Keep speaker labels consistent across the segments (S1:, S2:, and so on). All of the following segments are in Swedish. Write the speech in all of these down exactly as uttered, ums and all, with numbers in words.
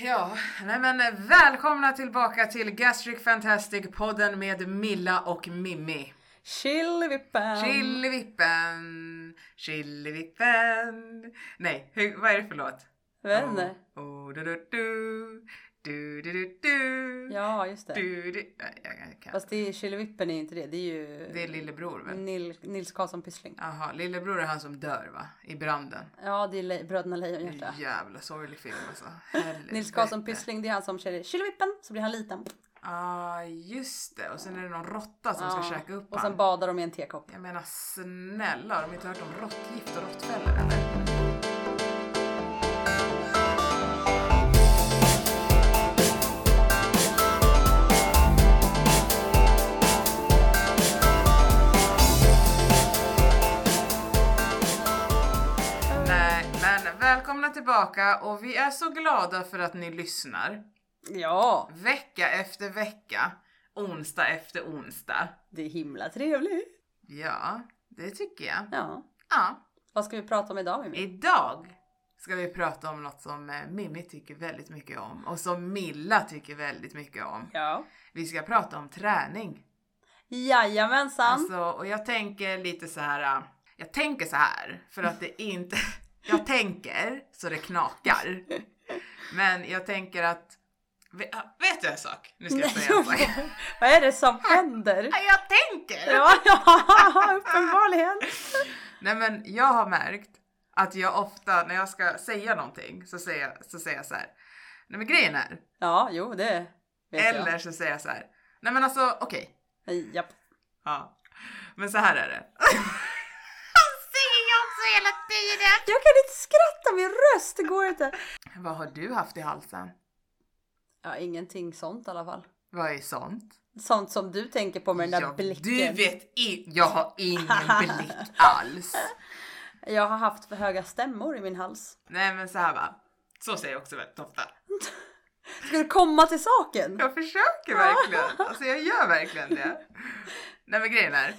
S1: Ja, nej men välkomna tillbaka till Gastric Fantastic-podden med Milla och Mimmi.
S2: Chilivippen.
S1: Chilivippen, chilivippen. Nej, hur, vad är det för låt?
S2: Vänner.
S1: Oh, oh, du, du, du, du, du, du, du.
S2: Ja, just det.
S1: Du, du. Nej, jag, jag kan.
S2: Fast det är Chilivippen är inte det. Det är ju...
S1: Det är lillebror väl?
S2: Nil, Nils Karlsson Pyssling.
S1: Jaha, lillebror är han som dör va? I branden.
S2: Ja, det är Le- Bröderna Lejonhjärta.
S1: Jävla sorglig film alltså. Helvete.
S2: Nils Karlsson Pyssling, det är han som känner Chilivippen, så blir han liten.
S1: Ah, just det. Och sen är det någon råtta som
S2: Ja.
S1: ska käka upp
S2: Och
S1: han.
S2: sen badar de i en tekopp.
S1: Jag menar snälla, har de inte hört om råttgift och råttfällor eller? Nej, men välkomna tillbaka och vi är så glada för att ni lyssnar.
S2: Ja,
S1: Vecka efter vecka, onsdag efter onsdag.
S2: det är himla trevligt.
S1: Ja, det tycker jag.
S2: Ja.
S1: Ja.
S2: Vad ska vi prata om idag, Mimmi?
S1: Idag ska vi prata om något som eh, Mimmi tycker väldigt mycket om och som Milla tycker väldigt mycket om.
S2: Ja.
S1: Vi ska prata om träning.
S2: Jajamensan.
S1: Alltså, och jag tänker lite så här, äh, jag tänker så här för att det inte, jag tänker så det knakar. Men jag tänker att, vet du en sak? Nu ska jag säga en sak.
S2: Vad är det som händer?
S1: Ja, jag tänker!
S2: Ja, ja, uppenbarligen.
S1: Nej men jag har märkt att jag ofta när jag ska säga någonting så säger jag så, säger jag så här. Nej men grejen är.
S2: Ja, jo det vet
S1: Eller så säger jag så här. Nej men alltså okej.
S2: jag. Japp.
S1: Ja. Men så här är det. Säger jag också hela tiden.
S2: Jag kan inte skratta, min röst, det går inte.
S1: Vad har du haft i halsen?
S2: Ja, ingenting sånt i alla fall.
S1: Vad är sånt?
S2: Sånt som du tänker på med den där
S1: Ja,
S2: blicken.
S1: du vet i- jag har ingen blick alls.
S2: Jag har haft för höga stämmor i min hals.
S1: Nej men så här va. Så säger jag också väldigt ofta.
S2: Ska du komma till saken?
S1: Jag försöker verkligen. Alltså jag gör verkligen det. Nej men grejen är.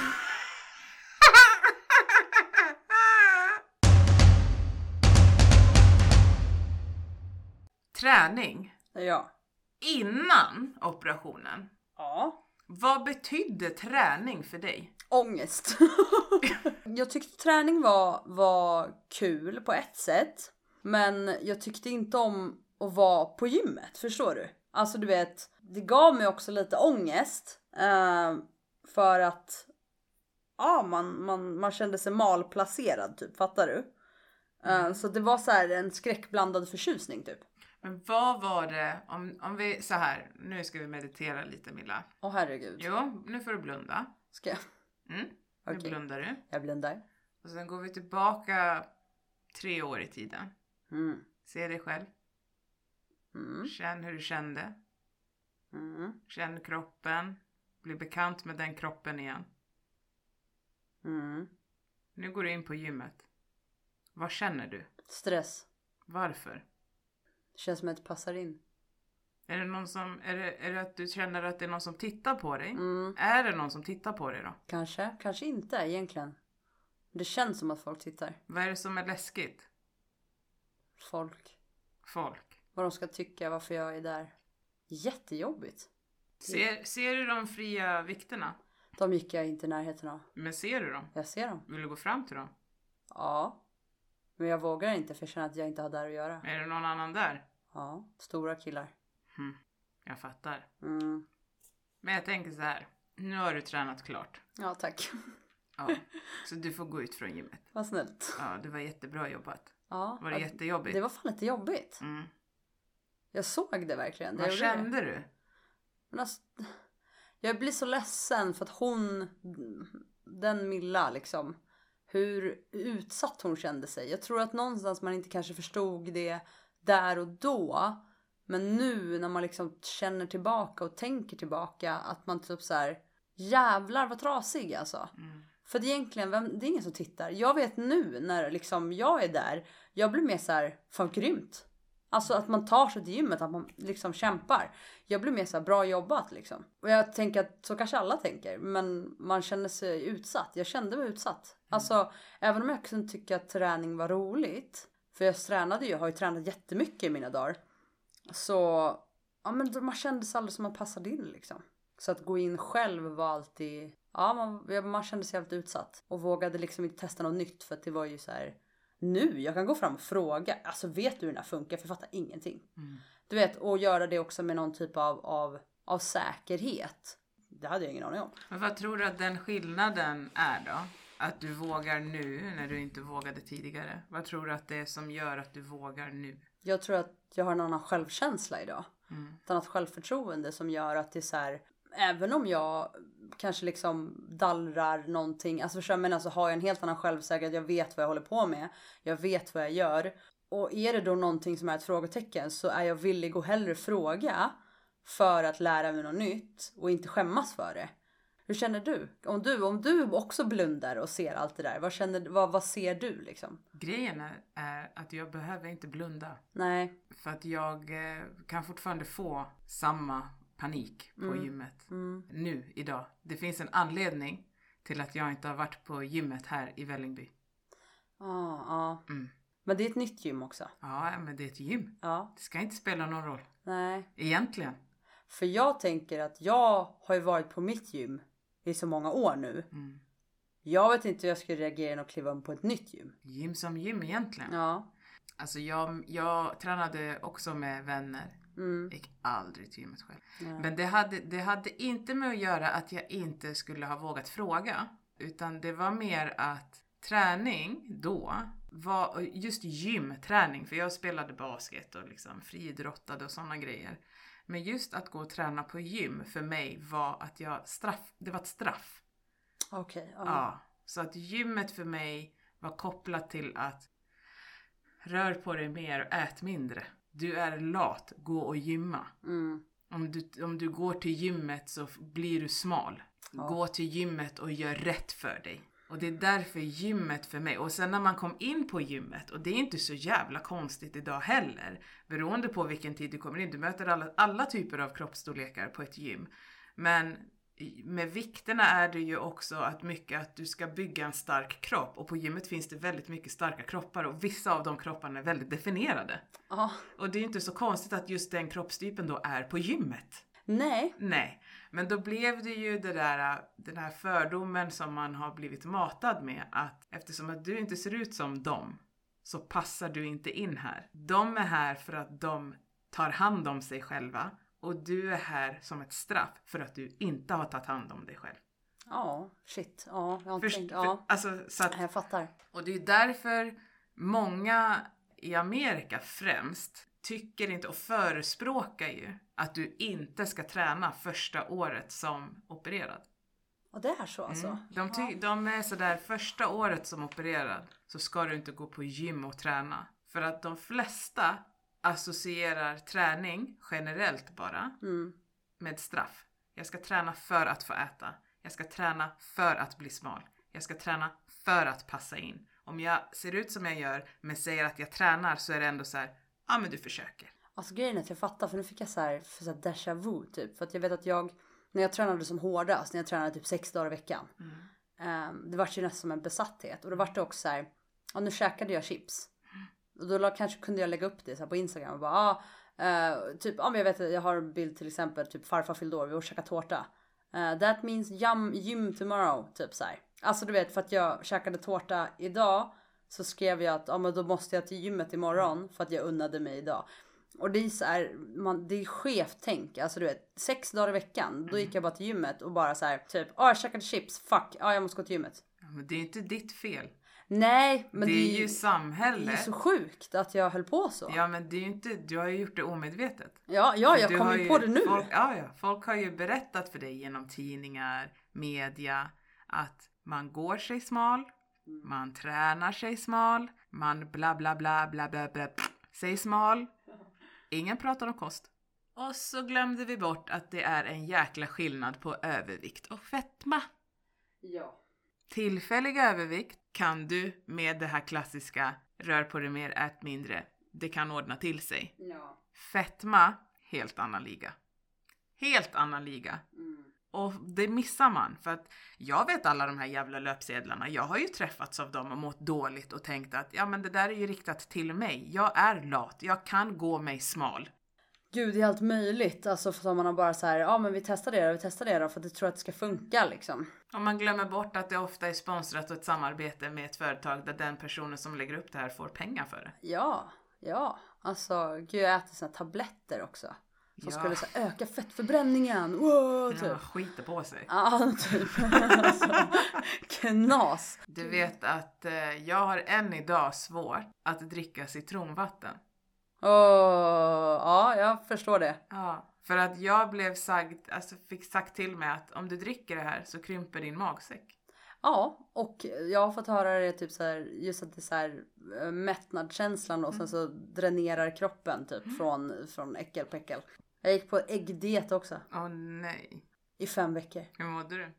S1: Träning.
S2: Ja.
S1: Innan operationen.
S2: Ja.
S1: Vad betydde träning för dig?
S2: Ångest. Jag tyckte träning var, var kul på ett sätt. Men jag tyckte inte om att vara på gymmet, förstår du? Alltså du vet, det gav mig också lite ångest. Eh, för att ja, man, man, man kände sig malplacerad typ, fattar du? Eh,
S1: Mm.
S2: Så det var så här en skräckblandad förtjusning typ.
S1: Men vad var det, om, om vi, så här, nu ska vi meditera lite Milla.
S2: Åh herregud.
S1: Jo, nu får du blunda.
S2: Ska jag?
S1: Mm, nu
S2: Okej.
S1: blundar du.
S2: Jag blundar.
S1: Och sen går vi tillbaka tre år i tiden.
S2: Mm.
S1: Se dig själv.
S2: Mm.
S1: Känn hur du kände.
S2: Mm.
S1: Känn kroppen. Bli bekant med den kroppen igen.
S2: Mm.
S1: Nu går du in på gymmet. Vad känner du?
S2: Stress.
S1: Varför?
S2: Det känns som att det passar in.
S1: Är det någon som, är det, är det att du känner att det är någon som tittar på dig?
S2: Mm.
S1: Är det någon som tittar på dig då?
S2: Kanske, kanske inte egentligen. Det känns som att folk tittar.
S1: Vad är det som är läskigt?
S2: Folk.
S1: Folk.
S2: Vad de ska tycka, varför jag är där. Jättejobbigt.
S1: Ser, ser du de fria vikterna?
S2: De gick jag inte i närheten av.
S1: Men ser du dem?
S2: Jag ser dem.
S1: Vill du gå fram till dem?
S2: Ja. Men jag vågar inte för jag känner att jag inte har där att göra.
S1: Är det någon annan där?
S2: Ja, stora killar.
S1: Hm, jag fattar.
S2: Mm.
S1: Men jag tänker så här. Nu har du tränat klart.
S2: Ja, tack.
S1: Ja, så du får gå ut från gymmet.
S2: Vad snällt.
S1: Ja, det var jättebra jobbat.
S2: Ja,
S1: Var det
S2: ja,
S1: jättejobbigt?
S2: det var fan lite jobbigt.
S1: Mm.
S2: Jag såg det verkligen.
S1: Vad
S2: jag gjorde det.
S1: kände du?
S2: Men alltså, jag blir så ledsen för att hon, den Milla liksom, hur utsatt hon kände sig. Jag tror att någonstans man inte kanske förstod det där och då. Men nu när man liksom känner tillbaka och tänker tillbaka att man typ så här, jävlar vad trasig alltså.
S1: Mm.
S2: För det är egentligen, vem, det är ingen som tittar. Jag vet nu när liksom jag är där, jag blir mer så här, fan grymt. Alltså att man tar sig till gymmet, att man liksom kämpar. Jag blir mer så här, bra jobbat liksom. Och jag tänker att så kanske alla tänker. Men man känner sig utsatt. Jag kände mig utsatt. Mm. Alltså även om jag kunde tycka att träning var roligt. För jag tränade ju, jag har ju tränat jättemycket i mina dagar. Så ja, men man kände sig aldrig som man passade in liksom. Så att gå in själv var alltid, ja man, man kände sig helt utsatt. Och vågade liksom inte testa något nytt för att det var ju så här. Nu, jag kan gå fram och fråga, alltså vet du hur den här funkar? För jag fattar ingenting.
S1: Mm.
S2: Du vet, och göra det också med någon typ av, av, av säkerhet. Det hade jag ingen aning om.
S1: Men vad tror du att den skillnaden är då? Att du vågar nu när du inte vågade tidigare. Vad tror du att det är som gör att du vågar nu?
S2: Jag tror att jag har en annan självkänsla idag.
S1: Mm.
S2: Ett annat självförtroende som gör att det är så här. Även om jag kanske liksom dallrar någonting. Alltså för men alltså har jag en helt annan självsäkerhet. Jag vet vad jag håller på med. Jag vet vad jag gör. Och är det då någonting som är ett frågetecken så är jag villig att hellre fråga. För att lära mig något nytt. Och inte skämmas för det. Hur känner du? Om du, om du också blundar och ser allt det där. Vad, känner, vad, vad ser du liksom?
S1: Grejen är, är att jag behöver inte blunda.
S2: Nej.
S1: För att jag eh, kan fortfarande få samma panik på
S2: Mm.
S1: gymmet.
S2: Mm.
S1: Nu, idag. Det finns en anledning till att jag inte har varit på gymmet här i Vällingby.
S2: Ja, ja.
S1: Mm.
S2: Men det är ett nytt gym också.
S1: Ja, men det är ett gym.
S2: Ja.
S1: Det ska inte spela någon roll.
S2: Nej.
S1: Egentligen.
S2: För jag tänker att jag har ju varit på mitt gym i så många år nu.
S1: Mm.
S2: Jag vet inte hur jag skulle reagera och kliva om på ett nytt gym.
S1: Gym som gym egentligen.
S2: Ja.
S1: Alltså jag, jag tränade också med vänner.
S2: Mm.
S1: Gick aldrig till gymmet själv.
S2: Nej.
S1: Men det hade, det hade inte med att göra att jag inte skulle ha vågat fråga. Utan det var mer att träning då var just gymträning. För jag spelade basket och liksom friidrottade och sådana grejer. Men just att gå och träna på gym för mig var att jag straff, det var ett straff.
S2: Okej. Okay, ja.
S1: Ja, så att gymmet för mig var kopplat till att rör på dig mer och ät mindre. Du är lat, gå och gymma.
S2: Mm.
S1: Om du, om du går till gymmet så blir du smal.
S2: Ja.
S1: Gå till gymmet och gör rätt för dig. Och det är därför gymmet för mig. Och sen när man kom in på gymmet. Och det är inte så jävla konstigt idag heller. Beroende på vilken tid du kommer in. Du möter alla, alla typer av kroppsstorlekar på ett gym. Men med vikterna är det ju också att mycket att du ska bygga en stark kropp. Och på gymmet finns det väldigt mycket starka kroppar. Och vissa av de kropparna är väldigt definierade.
S2: Ja.
S1: Och det är inte så konstigt att just den kroppstypen då är på gymmet.
S2: Nej.
S1: Nej, men då blev det ju det där, den här fördomen som man har blivit matad med. Att eftersom att du inte ser ut som dem så passar du inte in här. De är här för att de tar hand om sig själva. Och du är här som ett straff för att du inte har tagit hand om dig själv.
S2: Ja, shit. Ja, jag har inte
S1: För,
S2: tänkt.
S1: för,
S2: Ja,
S1: alltså, så att,
S2: jag fattar.
S1: och det är därför många i Amerika främst tycker inte och förespråkar ju att du inte ska träna första året som opererad.
S2: Och det är så alltså?
S1: Mm. De, ty- de är sådär, första året som opererad så ska du inte gå på gym och träna. För att de flesta associerar träning generellt bara
S2: Mm.
S1: med straff. Jag ska träna för att få äta. Jag ska träna för att bli smal. Jag ska träna för att passa in. Om jag ser ut som jag gör men säger att jag tränar så är det ändå så här, ja men du försöker.
S2: Alltså grejen är att jag fattar, för nu fick jag så här, för så här déjà vu typ. För att jag vet att jag, när jag tränade som hårdast, när jag tränade typ sex dagar i veckan.
S1: Mm.
S2: Um, det var ju nästan som en besatthet. Och då var det också så här, ja nu käkade jag chips. Och då la, kanske kunde jag lägga upp det så här på Instagram och bara, ah, uh, typ, ja men jag vet, jag har en bild till exempel, typ farfar fyllde år, vi har käkat tårta. Uh, that means yum, gym tomorrow, typ så här. Alltså du vet, för att jag käkade tårta idag så skrev jag att ja, men då måste jag till gymmet imorgon för att jag unnade mig idag. Och det är så här, man, det är skevt tänk. Alltså du vet, sex dagar i veckan, då gick jag bara till gymmet och bara så här, typ, ja jag käkade chips, fuck, ja jag måste gå till gymmet.
S1: Ja, men det är inte ditt fel.
S2: Nej, men
S1: det,
S2: det
S1: är ju samhället.
S2: Det är så sjukt att jag höll på så.
S1: Ja, men det är ju inte, du har ju gjort det omedvetet.
S2: Ja, ja jag
S1: Du
S2: kommer
S1: har
S2: ju på det nu.
S1: Folk, ja, ja, folk har ju berättat för dig genom tidningar, media, att man går sig smal, man tränar sig smal, man bla bla bla bla bla bla sig smal. Ingen pratar om kost. Och så glömde vi bort att det är en jäkla skillnad på övervikt och fetma.
S2: Ja.
S1: Tillfällig övervikt kan du med det här klassiska rör på dig mer, ät mindre. Det kan ordna till sig.
S2: Ja.
S1: Fetma, helt annan liga. Helt annan liga.
S2: Mm.
S1: Och det missar man. För att jag vet alla de här jävla löpsedlarna. Jag har ju träffats av dem och mått dåligt och tänkt att ja men det där är ju riktat till mig. Jag är lat. Jag kan gå mig smal.
S2: Gud, det är allt möjligt. Alltså för man har bara så här, ja men vi testar det då, vi testar det då för att det tror att det ska funka liksom.
S1: Om man glömmer bort att det ofta är sponsrat och ett samarbete med ett företag där den personen som lägger upp det här får pengar för det.
S2: Ja, ja. Alltså, gud jag äter såna tabletter också. Som
S1: Ja.
S2: skulle så här, öka fettförbränningen. Wow, typ.
S1: Ja, skiter på sig.
S2: Ja, typ. Alltså, knas.
S1: Du vet att eh, jag har än idag svårt att dricka citronvatten.
S2: Åh, ja, jag förstår det.
S1: Ja, för att jag blev sagd, alltså fick sagt till mig att om du dricker det här så krymper din magsäck.
S2: Ja, och jag har fått höra det typ så här, just att det är så här äh, mättnadskänslan och sen så dränerar kroppen typ mm. från, från äckelpäckel. Jag gick på äggdiet också.
S1: Åh oh, nej.
S2: I fem veckor.
S1: Hur mådde du?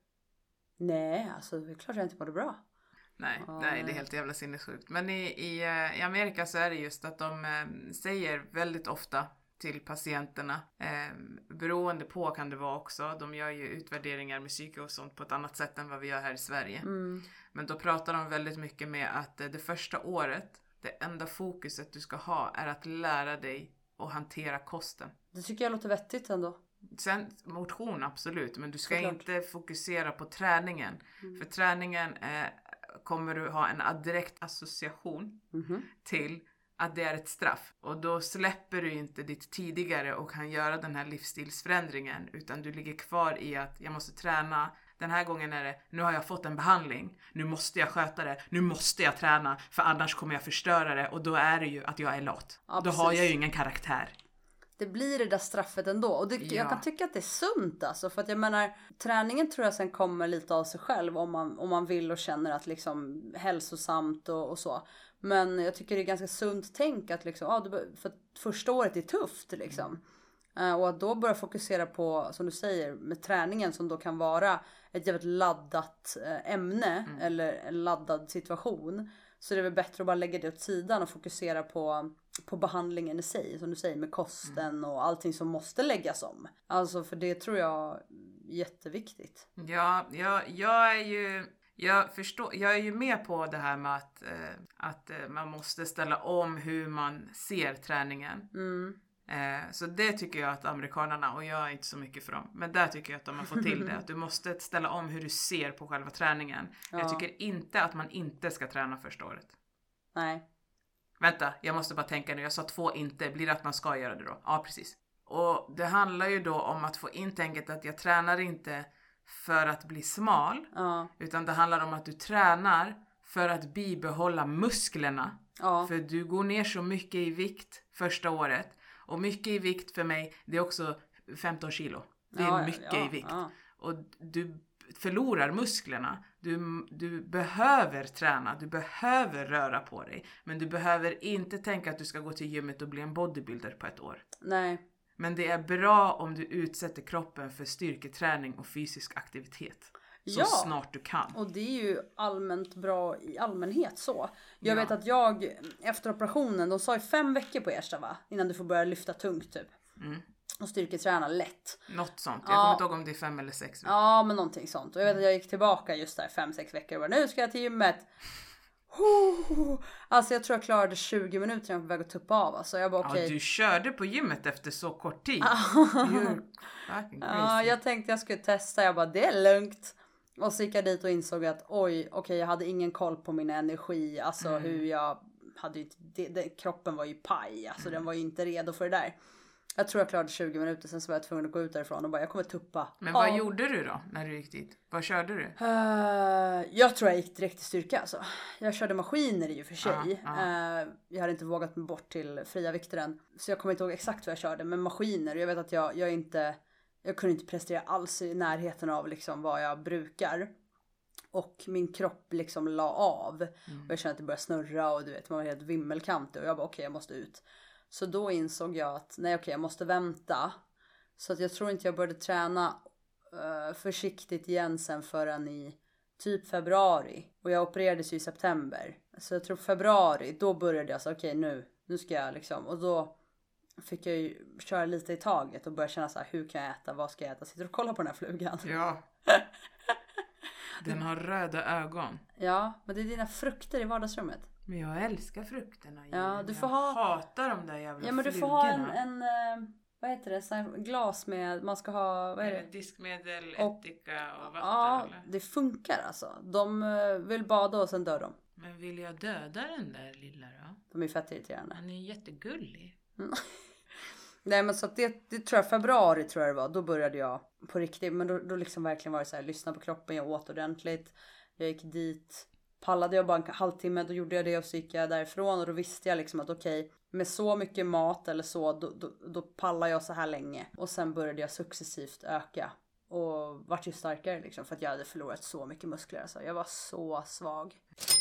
S2: Nej, alltså det är klart jag inte mådde bra.
S1: Nej,
S2: oh,
S1: nej, det är helt jävla sinnessjukt. Men i, i, i Amerika så är det just att de eh, säger väldigt ofta till patienterna. Eh, beroende på kan det vara också. De gör ju utvärderingar med psyke och sånt på ett annat sätt än vad vi gör här i Sverige.
S2: Mm.
S1: Men då pratar de väldigt mycket med att eh, det första året, det enda fokuset du ska ha är att lära dig att hantera kosten.
S2: Det tycker jag låter vettigt ändå.
S1: Sen motion absolut, men du ska
S2: Såklart.
S1: inte fokusera på träningen.
S2: Mm.
S1: För träningen eh, kommer du ha en direkt association
S2: Mm-hmm.
S1: till att det är ett straff. Och då släpper du inte ditt tidigare och kan göra den här livsstilsförändringen. Utan du ligger kvar i att jag måste träna. Den här gången är det, nu har jag fått en behandling. Nu måste jag sköta det. Nu måste jag träna. För annars kommer jag förstöra det. Och då är det ju att jag är lat.
S2: Ja,
S1: då har jag ju ingen karaktär.
S2: Det blir det där straffet ändå. Och det,
S1: Ja.
S2: jag kan tycka att det är sunt alltså. För att jag menar, träningen tror jag sen kommer lite av sig själv. Om man, om man vill och känner att liksom hälsosamt och, och så. Men jag tycker det är ganska sunt tänk att liksom, ja, du, för att första året är tufft liksom. Uh, och att då börja fokusera på, som du säger, med träningen som då kan vara ett jävligt laddat uh, ämne. Mm. Eller en laddad situation. Så det är väl bättre att bara lägga det åt sidan och fokusera på, på behandlingen i sig. Som du säger, med kosten mm. och allting som måste läggas om. Alltså för det tror jag är jätteviktigt.
S1: Ja, jag, jag är ju... Jag förstår, jag är ju med på det här med att, eh, att eh, man måste ställa om hur man ser träningen.
S2: Mm.
S1: Eh, så det tycker jag att amerikanerna, och jag är inte så mycket för dem, men där tycker jag att de har fått till det. Att du måste ställa om hur du ser på själva träningen.
S2: Ja.
S1: Jag tycker inte att man inte ska träna första året.
S2: Nej.
S1: Vänta, jag måste bara tänka nu. Jag sa två inte, blir det att man ska göra det då? Ja, precis. Och det handlar ju då om att få in tänket att jag tränar inte för att bli smal.
S2: Ja.
S1: Utan det handlar om att du tränar för att bibehålla musklerna.
S2: Ja.
S1: För du går ner så mycket i vikt första året. Och mycket i vikt för mig, det är också femton kilo. Det är
S2: Ja,
S1: mycket
S2: ja,
S1: i vikt.
S2: ja.
S1: Och du förlorar musklerna. Du, du behöver träna, du behöver röra på dig. Men du behöver inte tänka att du ska gå till gymmet och bli en bodybuilder på ett år.
S2: Nej.
S1: Men det är bra om du utsätter kroppen för styrketräning och fysisk aktivitet. Så
S2: Ja.
S1: snart du kan.
S2: Och det är ju allmänt bra i allmänhet så. Jag
S1: Ja.
S2: vet att jag efter operationen, de sa ju fem veckor på Ersta va? Innan du får börja lyfta tungt typ.
S1: Mm.
S2: Och styrketräna lätt.
S1: Något sånt. Jag
S2: Ja.
S1: kommer inte ihåg om det är fem eller sex.
S2: Ja men någonting sånt. Och jag vet att jag gick tillbaka just där fem sex veckor och bara, nu ska jag till gymmet. Alltså jag tror jag klarade tjugo minuter när jag var på väg att tuppa av. Alltså jag bara okej.
S1: Ja, du körde på gymmet efter så kort tid. You're fucking crazy.
S2: Ja, jag tänkte jag skulle testa. Jag bara, det är lugnt. Och så gick jag dit och insåg att oj, okej okay, jag hade ingen koll på min energi. Alltså mm. hur jag hade ju, det, det, kroppen var ju paj. Alltså mm. den var ju inte redo för det där. Jag tror jag klarade tjugo minuter, sen så var jag tvungen att gå ut därifrån och bara, jag kommer tuppa.
S1: Men vad
S2: ja.
S1: gjorde du då när du gick dit? Vad körde du?
S2: Uh, jag tror jag gick direkt till styrka alltså. Jag körde maskiner i och för sig.
S1: Uh, uh.
S2: Uh, jag hade inte vågat mig bort till fria viktaren. Så jag kommer inte ihåg exakt vad jag körde, men maskiner. Jag vet att jag, jag inte, jag kunde inte prestera alls i närheten av liksom vad jag brukar. Och min kropp liksom la av. Mm. Och jag kände att det började snurra och du vet, man var helt vimmelkantig. Och jag bara okej, okay, jag måste ut. Så då insåg jag att nej okej, okay, jag måste vänta. Så att jag tror inte jag började träna uh, försiktigt igen sen förrän i typ februari. Och jag opererades ju i september. Så jag tror februari, då började jag så okej okay, nu, nu ska jag liksom. Och då fick jag ju köra lite i taget och börja känna så här, hur kan jag äta, vad ska jag äta? Sitter och kollar på den här flugan.
S1: Ja. Den har röda ögon.
S2: Ja, men det är dina frukter i vardagsrummet.
S1: Men jag älskar frukterna.
S2: Ja, du får
S1: jag
S2: ha...
S1: hatar de där jävla
S2: Ja, men du
S1: flugorna.
S2: får ha en, en, vad heter det? Så här glas med, man ska ha, vad är det?
S1: Diskmedel,
S2: Och-
S1: ättika och vatten
S2: Ja,
S1: eller?
S2: det funkar alltså. De eh, vill bada och sen dör de.
S1: Men vill jag döda den där lilla då?
S2: De är fett irriterande.
S1: Han är jättegullig.
S2: Nej men så att det, det tror jag, februari tror jag det var. Då började jag på riktigt. Men då, då liksom verkligen var det så här, lyssna på kroppen, jag åt ordentligt. Jag gick dit. Pallade jag bara en halvtimme, då gjorde jag det och så gick jag därifrån. Och då visste jag liksom att okej, okay, med så mycket mat eller så, då, då, då pallar jag så här länge. Och sen började jag successivt öka. Och vart ju starkare liksom, för att jag hade förlorat så mycket muskler. Alltså. Jag var så svag.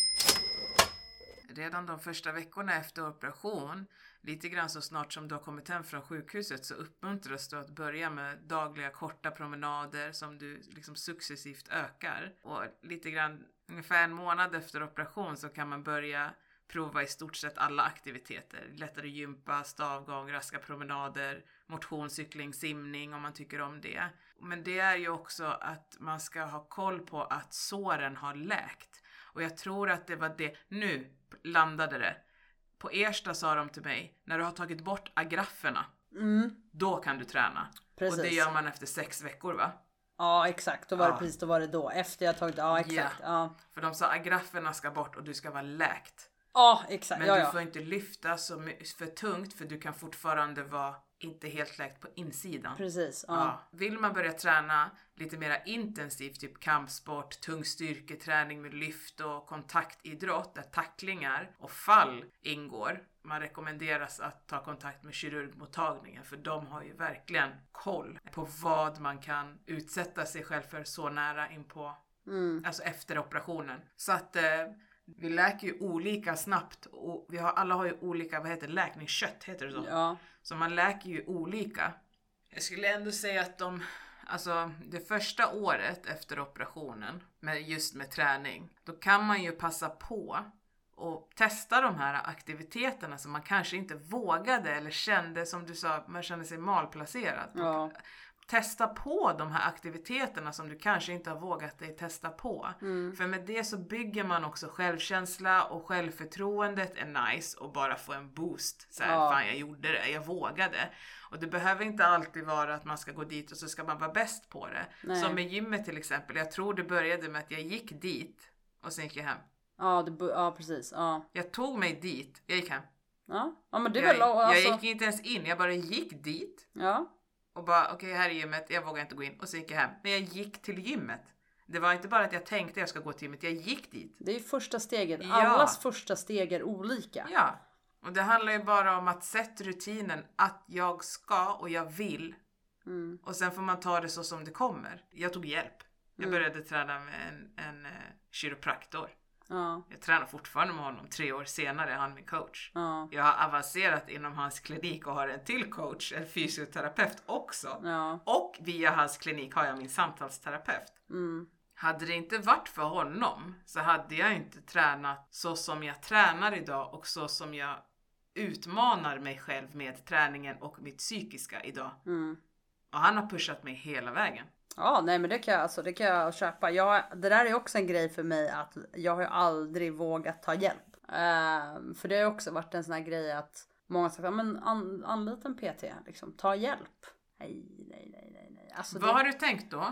S1: Redan de första veckorna efter operation, lite grann så snart som du har kommit hem från sjukhuset, så uppmuntras du att börja med dagliga korta promenader som du liksom successivt ökar. Och lite grann, ungefär en månad efter operation så kan man börja prova i stort sett alla aktiviteter. Lättare gympa, stavgång, raska promenader, motion, cykling, simning om man tycker om det. Men det är ju också att man ska ha koll på att såren har läkt. Och jag tror att det var det, nu landade det. På Ersta sa de till mig, när du har tagit bort agrafferna,
S2: Mm.
S1: då kan du träna.
S2: Precis.
S1: Och det gör man efter sex veckor va?
S2: Ja exakt, då var
S1: Ja.
S2: det precis, då var det då. Efter jag tagit, ja exakt.
S1: Ja.
S2: Ja,
S1: För de sa agrafferna ska bort och du ska vara läkt.
S2: ja exakt.
S1: Men
S2: Ja,
S1: du
S2: ja.
S1: får inte lyfta så my- för tungt, för du kan fortfarande vara inte helt läkt på insidan.
S2: Precis. Ja.
S1: Ja. Vill man börja träna lite mer intensivt, typ kampsport, tung styrketräning med lyft och kontaktidrott där tacklingar och fall ingår. Man rekommenderas att ta kontakt med kirurgmottagningen, för de har ju verkligen koll på vad man kan utsätta sig själv för så nära in på,
S2: Mm.
S1: alltså efter operationen. Så att eh, vi läker ju olika snabbt och vi har, alla har ju olika, vad heter det, läkningskött heter det så?
S2: Ja.
S1: Så man läker ju olika. Jag skulle ändå säga att de, alltså det första året efter operationen, med, just med träning, då kan man ju passa på och testa de här aktiviteterna som man kanske inte vågade eller kände, som du sa, man kände sig malplacerad.
S2: Ja.
S1: Testa på de här aktiviteterna som du kanske inte har vågat dig testa på.
S2: Mm.
S1: För med det så bygger man också självkänsla, och självförtroendet är nice och bara få en boost. Så här,
S2: Ja.
S1: fan jag gjorde det, jag vågade. Och det behöver inte alltid vara att man ska gå dit och så ska man vara bäst på det.
S2: Nej.
S1: Som med gymmet till exempel. Jag tror det började med att jag gick dit och sen gick jag hem.
S2: Ja, det, bu- ja precis. Ja.
S1: Jag tog mig dit, jag gick hem.
S2: Ja, ja men det är
S1: Jag,
S2: väl alltså...
S1: jag gick inte ens in, jag bara gick dit.
S2: Ja.
S1: Och bara, okej okay, här är gymmet, jag vågar inte gå in. Och så gick jag hem. Men jag gick till gymmet. Det var inte bara att jag tänkte jag ska gå till gymmet, jag gick dit.
S2: Det är första steget.
S1: Ja.
S2: Allas första steg är olika.
S1: Ja, och det handlar ju bara om att sätta rutinen att jag ska och jag vill.
S2: Mm.
S1: Och sen får man ta det så som det kommer. Jag tog hjälp. Jag
S2: Mm.
S1: började träna med en, en uh, kiropraktor.
S2: Ja.
S1: Jag tränar fortfarande med honom tre år senare, han min coach.
S2: Ja.
S1: Jag har avancerat inom hans klinik och har en till coach, en fysioterapeut också.
S2: Ja.
S1: Och via hans klinik har jag min samtalsterapeut.
S2: Mm.
S1: Hade det inte varit för honom så hade jag inte tränat så som jag tränar idag och så som jag utmanar mig själv med träningen och mitt psykiska idag.
S2: Mm.
S1: Och han har pushat mig hela vägen.
S2: Ja, nej men det kan jag, alltså, det kan jag köpa. Jag, det där är också en grej för mig, att jag har ju aldrig vågat ta hjälp. Uh, för det har ju också varit en sån här grej att många säger, men an, anlita en P T, liksom, ta hjälp. Nej, nej, nej, nej, nej. Alltså,
S1: Vad
S2: det...
S1: har du tänkt då?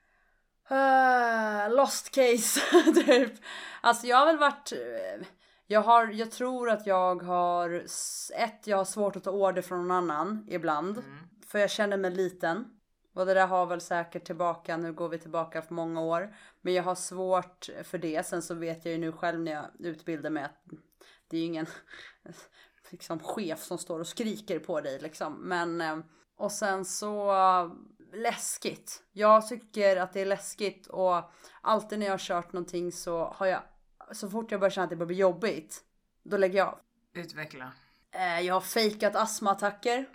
S2: Uh, lost case, typ. Alltså jag har väl varit... Jag, har, jag tror att jag har... Ett, jag har svårt att ta order från någon annan ibland.
S1: Mm.
S2: För jag känner mig liten. Och det där har väl säkert tillbaka, nu går vi tillbaka för många år. Men jag har svårt för det. Sen så vet jag ju nu själv när jag utbildar mig att det är ju ingen liksom, chef som står och skriker på dig. Liksom. Men, och sen så läskigt. Jag tycker att det är läskigt, och alltid när jag har kört någonting så har jag, så fort jag börjar känna att det börjar bli jobbigt, då lägger jag av.
S1: Utveckla.
S2: Jag har fejkat astmaattacker.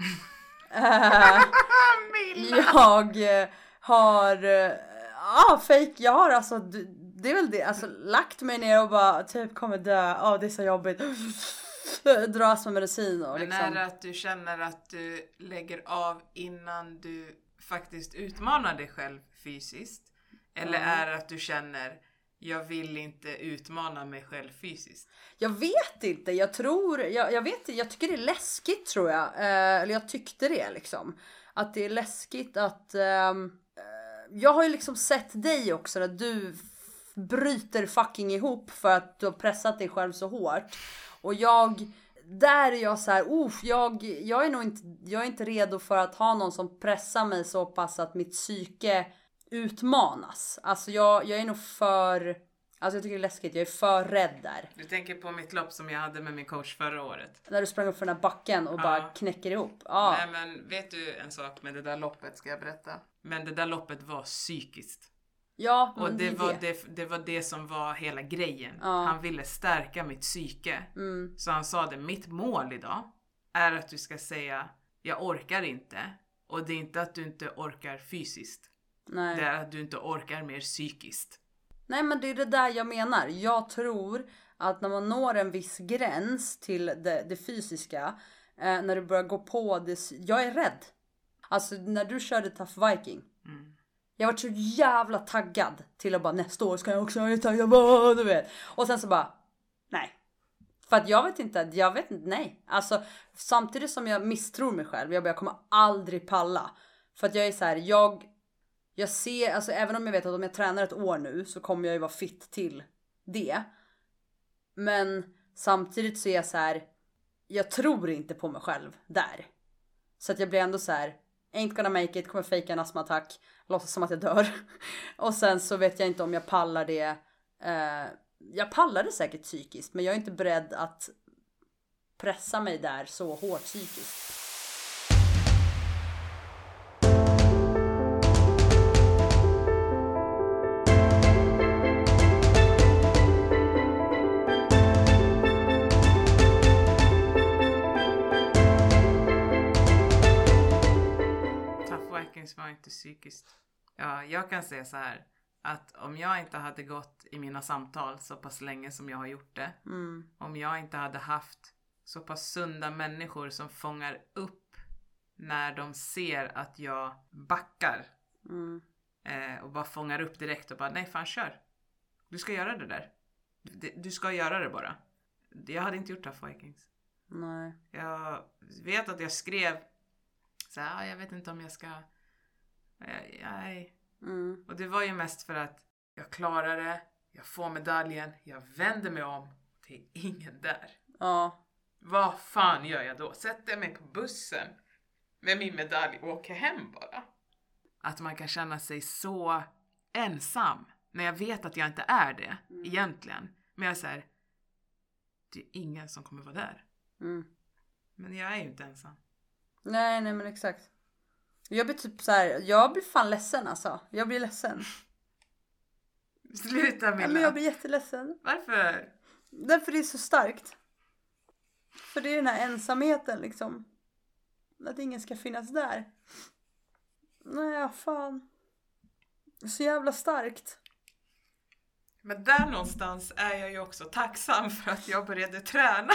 S2: Jag har ja, fake, jag har alltså, det är väl det, alltså lagt mig ner och bara typ kommer dö, ja det är så jobbigt, dras med medicin och
S1: Men
S2: liksom.
S1: är det att du känner att du lägger av innan du faktiskt utmanar dig själv fysiskt? Eller
S2: Mm.
S1: är det att du känner jag vill inte utmana mig själv fysiskt.
S2: Jag vet inte, jag tror, jag, jag vet jag tycker det är läskigt tror jag. Eh, eller jag tyckte det liksom. Att det är läskigt att, eh, jag har ju liksom sett dig också när du f- bryter fucking ihop för att du har pressat dig själv så hårt. Och jag, där är jag så här, uff, jag, jag är nog inte, jag är inte redo för att ha någon som pressar mig så pass att mitt psyke utmanas. Alltså jag, jag är nog för, alltså jag tycker det är läskigt, jag är för rädd där.
S1: Du tänker på mitt lopp som jag hade med min coach förra året.
S2: När du sprang upp för den här backen och
S1: Ja.
S2: bara knäcker ihop. Ja.
S1: Nej men vet du en sak med det där loppet ska jag berätta. Men det där loppet var psykiskt.
S2: Ja, men
S1: Och det,
S2: det,
S1: var
S2: det.
S1: det, det var det som var hela grejen.
S2: Ja.
S1: Han ville stärka mitt psyke.
S2: Mm.
S1: Så han sa det, mitt mål idag är att du ska säga jag orkar inte. Och det är inte att du inte orkar fysiskt.
S2: Nej.
S1: Det är att du inte orkar mer psykiskt.
S2: Nej, men det är det där jag menar. Jag tror att när man når en viss gräns till det, det fysiska, eh, när du börjar gå på det, jag är rädd. Alltså när du körde Tough Viking.
S1: Mm.
S2: Jag var så jävla taggad till att bara nästa år ska jag också ha taggad, bara, du vet. Och sen så bara, nej. För att jag vet inte, jag vet inte, nej. Alltså samtidigt som jag misstror mig själv, jag bara, jag kommer aldrig palla. För att jag är så här, jag, jag ser, alltså även om jag vet att om jag tränar ett år nu så kommer jag ju vara fit till det. Men samtidigt så är jag så här, jag tror inte på mig själv där. Så att jag blir ändå så här, ain't gonna make it, kommer fejka en astmaattack, låtsas som att jag dör. Och sen så vet jag inte om jag pallar det. Eh, jag pallar det säkert psykiskt, men jag är inte beredd att pressa mig där så hårt psykiskt.
S1: Var inte psykiskt. Ja, jag kan säga så här att om jag inte hade gått i mina samtal så pass länge som jag har gjort det.
S2: Mm.
S1: Om jag inte hade haft så pass sunda människor som fångar upp när de ser att jag backar.
S2: Mm.
S1: Eh, och bara fångar upp direkt och bara nej fan kör. Du ska göra det där. Du, du ska göra det bara. Jag hade inte gjort Tough Vikings.
S2: Nej.
S1: Jag vet att jag skrev så här, jag vet inte om jag ska. Nej.
S2: Mm.
S1: Och det var ju mest för att jag klarar det, jag får medaljen, jag vänder mig om, det är ingen där.
S2: Ja.
S1: Vad fan gör jag då? Sätter mig på bussen med min medalj och åker hem bara. Att man kan känna sig så ensam när jag vet att jag inte är det mm. egentligen. Men jag säger, det är ingen som kommer vara där.
S2: Mm.
S1: Men jag är ju inte ensam.
S2: Nej, nej men exakt. Jag blir typ så här, jag blir fan ledsen alltså. Jag blir ledsen.
S1: Sluta Milla.
S2: Ja, men jag blir jätteledsen.
S1: Varför?
S2: Därför det är så starkt. För det är den här ensamheten liksom. Att ingen ska finnas där. Nej, fan. Så jävla starkt.
S1: Men där någonstans är jag ju också tacksam för att jag började träna.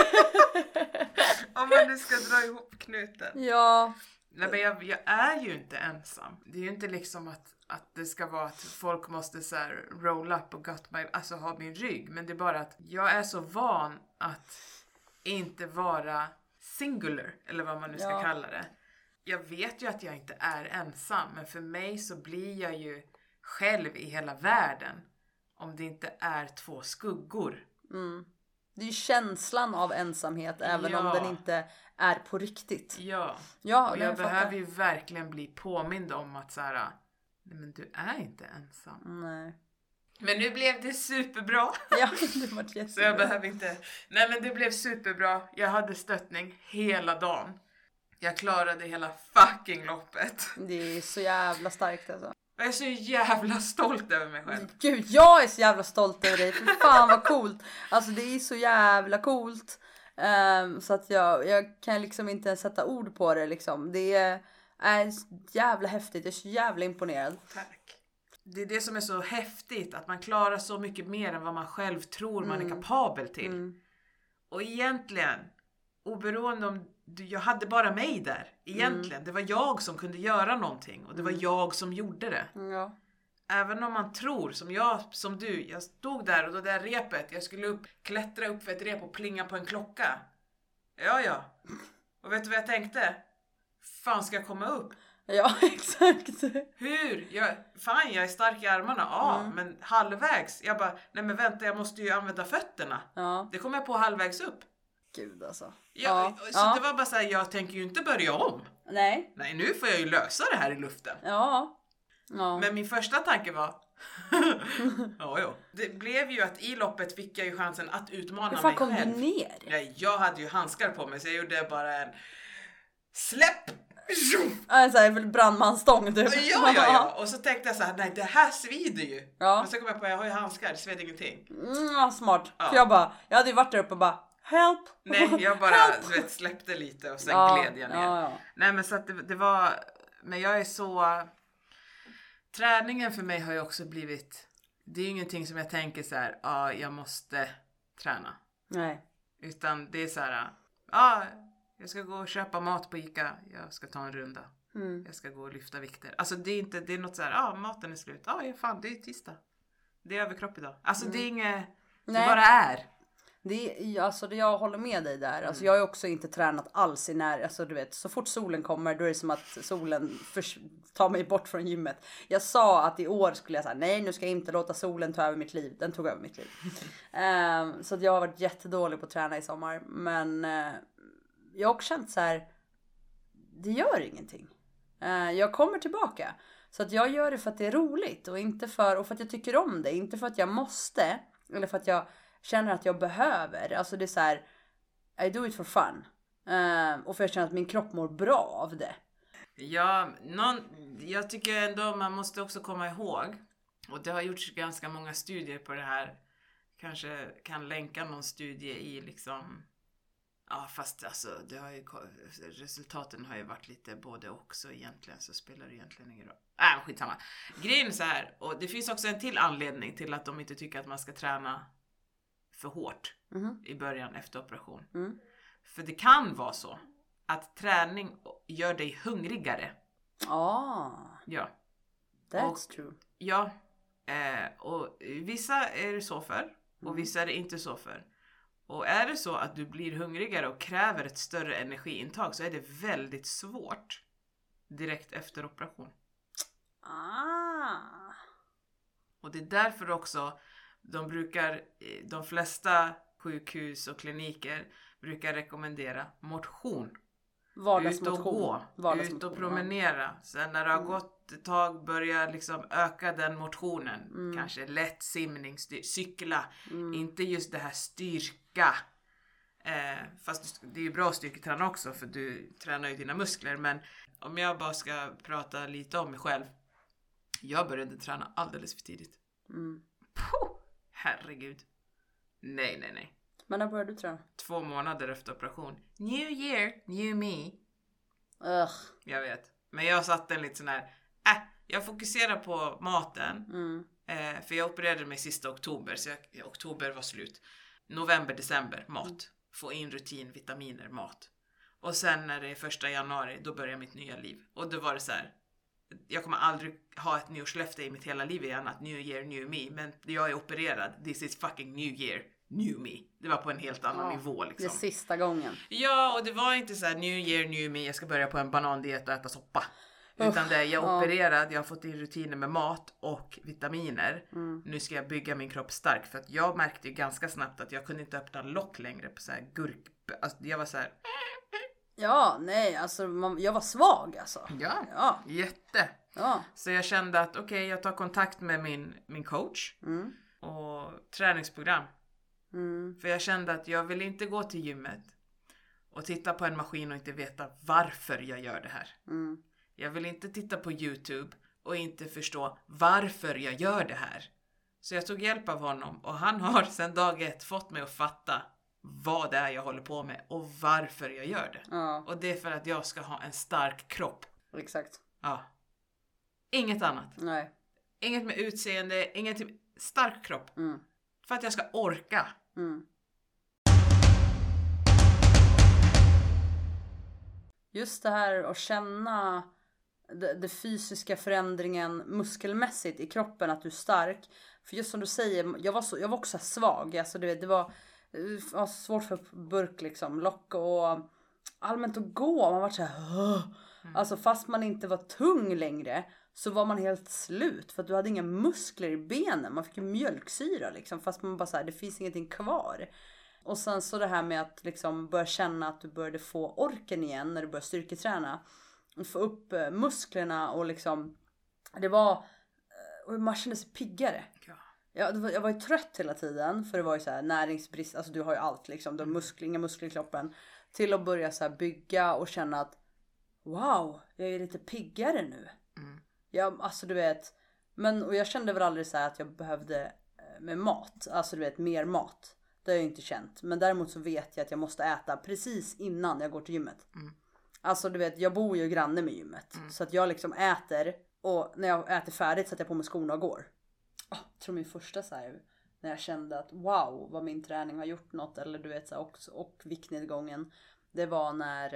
S1: Om man nu ska dra ihop knuten.
S2: Ja.
S1: Nej, men jag, jag är ju inte ensam. Det är ju inte liksom att, att det ska vara att folk måste så här roll up och got my, alltså ha min rygg. Men det är bara att jag är så van att inte vara singular. Eller vad man nu ska
S2: ja.
S1: kalla det. Jag vet ju att jag inte är ensam. Men för mig så blir jag ju själv i hela världen. Om det inte är två skuggor.
S2: Mm. Det är ju känslan av ensamhet även
S1: ja.
S2: om den inte är på riktigt.
S1: Ja,
S2: ja
S1: och jag, jag behöver ju verkligen bli påmind om att så här, nej men du är inte ensam.
S2: Nej.
S1: Men nu blev det superbra.
S2: Ja, det var jättebra.
S1: Så jag behöver inte, nej men det blev superbra. Jag hade stöttning hela dagen. Jag klarade hela fucking loppet.
S2: Det är så jävla starkt alltså.
S1: Jag är så jävla stolt över mig själv.
S2: Gud, jag är så jävla stolt över dig. För fan vad coolt. Alltså det är så jävla coolt. Um, så att jag, jag kan liksom inte ens sätta ord på det liksom. Det är, är jävla häftigt. Jag är så jävla imponerad.
S1: Tack. Det är det som är så häftigt. Att man klarar så mycket mer än vad man själv tror man
S2: mm.
S1: är kapabel till.
S2: Mm.
S1: Och egentligen, oberoende om jag hade bara mig där. Egentligen, mm. det var jag som kunde göra någonting. Och det var
S2: mm.
S1: jag som gjorde det.
S2: Ja.
S1: även om man tror, som jag, som du, jag stod där och då där repet, jag skulle upp, klättra upp för ett rep och plinga på en klocka. Ja, ja. Och vet du vad jag tänkte? Fan, ska jag komma upp?
S2: Ja, exakt.
S1: Hur? Jag, fan, jag är stark i armarna. Ja,
S2: Mm.
S1: men halvvägs. Jag bara, nej men vänta, jag måste ju använda fötterna.
S2: Ja,
S1: Det kommer jag på halvvägs upp.
S2: gud alltså.
S1: Ja,
S2: Ja,
S1: så
S2: ja.
S1: det var bara så här, jag tänker ju inte börja om.
S2: Nej.
S1: Nej, nu får jag ju lösa det här i luften.
S2: Ja. Ja.
S1: Men min första tanke var ja, ja. Det blev ju att i loppet fick jag ju chansen att utmana
S2: Hur fan
S1: mig
S2: kom du
S1: själv.
S2: ner?
S1: Ja, jag hade ju handskar på mig så jag gjorde bara en släpp.
S2: Ja, en sån här brandmanstång typ.
S1: Ja, ja, ja. Och så tänkte jag så här, nej det här svider ju.
S2: Ja.
S1: Men så kom jag på, jag har ju handskar, det sved ingenting.
S2: Mm, ja, smart.
S1: Ja.
S2: För jag bara, jag hade ju varit där uppe och bara, help.
S1: Nej, jag bara
S2: Help.
S1: du vet, släppte lite och sen
S2: Ja,
S1: gled jag ner.
S2: ja, ja.
S1: Nej men så att det, det var, men jag är så, träningen för mig har ju också blivit, det är ju ingenting som jag tänker så här, ja jag måste träna.
S2: Nej.
S1: Utan det är så här, ja jag ska gå och köpa mat på Ica, jag ska ta en runda.
S2: Mm.
S1: Jag ska gå och lyfta vikter. Alltså det är inte, det är något så här, ja maten är slut, ja ja, fan det är tisdag. Det är överkropp idag. Alltså det är inget, det
S2: Nej.
S1: bara är.
S2: Det är, alltså det, jag håller med dig där. Alltså jag har ju också inte tränat alls i när, alltså du vet, så fort solen kommer då är det som att solen förs- tar mig bort från gymmet. Jag sa att i år skulle jag säga nej, nu ska jag inte låta solen ta över mitt liv. Den tog över mitt liv. um, så att jag har varit jättedålig på att träna i sommar. Men uh, jag har också känt så här, det gör ingenting. Uh, jag kommer tillbaka. Så att jag gör det för att det är roligt och inte för, och för att jag tycker om det. Inte för att jag måste, eller för att jag känner att jag behöver. Alltså det är så här, I do it for fun. Uh, och för jag känner att min kropp mår bra av det.
S1: Ja, någon, jag tycker ändå man måste också komma ihåg, och det har gjorts ganska många studier på det här, kanske kan länka någon studie i liksom, ja fast alltså det har ju, resultaten har ju varit lite både också egentligen, så spelar det egentligen ingen roll. Äh, skitsamma. Grejen är så här, och det finns också en till anledning till att de inte tycker att man ska träna för hårt
S2: Mm.
S1: i början efter operation.
S2: Mm.
S1: För det kan vara så att träning gör dig hungrigare.
S2: Ah,
S1: Ja.
S2: that's
S1: Och-
S2: true.
S1: Ja. Eh, och vissa är det så för. Och vissa är det inte så för. Och är det så att du blir hungrigare och kräver ett större energiintag, så är det väldigt svårt direkt efter operation.
S2: Ah.
S1: Och det är därför också de brukar, de flesta sjukhus och kliniker brukar rekommendera motion. Ut och
S2: Vardagsmotion.
S1: gå,
S2: Vardagsmotion,
S1: ut och
S2: ja.
S1: promenera. Sen när det har gått ett tag börja liksom öka den motionen.
S2: Mm.
S1: Kanske lätt simning, styr, cykla. Inte just det här styrka. Eh, fast det är ju bra att styrketräna också, för du tränar ju dina muskler. Men om jag bara ska prata lite om mig själv. Jag började träna alldeles för tidigt.
S2: Mm.
S1: Puh, herregud. Nej, nej, nej.
S2: Men när började du träna?
S1: Två månader efter operation. New year, new me.
S2: Ugh.
S1: Jag vet. Men jag satt en lite sån här, äh, jag fokuserar på maten.
S2: Mm.
S1: Eh, för jag opererade mig sista oktober, så jag, oktober var slut. November, december, mat. Få in rutin, vitaminer, mat. Och sen när det är första januari, då börjar mitt nya liv. Och då var det så här, jag kommer aldrig ha ett nyårslöfte i mitt hela liv igen, att new year, new me. Men jag är opererad, this is fucking new year, new me. Det var på en helt annan
S2: Ja,
S1: nivå
S2: Det är
S1: liksom.
S2: sista gången.
S1: Ja, och det var inte så här new year, new me, jag ska börja på en banandiet och äta soppa. Utan det är, jag är
S2: ja.
S1: opererad, jag har fått in rutiner med mat och vitaminer.
S2: Mm.
S1: Nu ska jag bygga min kropp stark. För att jag märkte ju ganska snabbt att jag kunde inte öppna lock längre på så här gurk. Alltså, jag var så här,
S2: Ja, nej, alltså man, jag var svag alltså.
S1: ja,
S2: Ja,
S1: jätte.
S2: ja.
S1: Så jag kände att okej, okay, jag tar kontakt med min, min coach
S2: Mm.
S1: och träningsprogram.
S2: Mm.
S1: För jag kände att jag vill inte gå till gymmet och titta på en maskin och inte veta varför jag gör det här.
S2: Mm.
S1: Jag vill inte titta på YouTube och inte förstå varför jag gör det här. Så jag tog hjälp av honom, och han har sedan dag ett fått mig att fatta vad det är jag håller på med och varför jag gör det.
S2: Ja,
S1: Och det är för att jag ska ha en stark kropp.
S2: exakt.
S1: Ja. Inget annat.
S2: Nej.
S1: Inget med utseende, inget stark kropp.
S2: Mm.
S1: För att jag ska orka.
S2: Mm. Just det här att känna det, det fysiska förändringen muskelmässigt i kroppen, att du är stark. För just som du säger, jag var, så, jag var också svag. Alltså, du vet, det var, det var svårt för burk liksom, lock och allmänt att gå. Man var så här, mm. Alltså fast man inte var tung längre så var man helt slut. För att du hade inga muskler i benen. Man fick ju mjölksyra liksom. Fast man bara så här, det finns ingenting kvar. Och sen så det här med att liksom börja känna att du började få orken igen när du började styrketräna. Och få upp musklerna och liksom, det var, och man kände sig piggare. Ja. Jag, var, jag var ju trött hela tiden, för det var ju så här näringsbrist, alltså du har ju allt liksom, du har muskler, inga muskler i kroppen. Till att börja så här bygga och känna att wow, jag är lite piggare nu. Mm. Jag, alltså du vet, men, och jag kände väl aldrig så här att jag behövde med mat, alltså du vet mer mat. Det har jag inte känt, men däremot så vet jag att jag måste äta precis innan jag går till gymmet. Mm. Alltså du vet, jag bor ju granne med gymmet. Mm. Så att jag liksom äter. Och när jag äter färdigt sätter jag på mig skorna och går. Oh, jag tror min första så här, när jag kände att wow, vad min träning har gjort något. Eller du vet så här, och, och viktnedgången. Det var när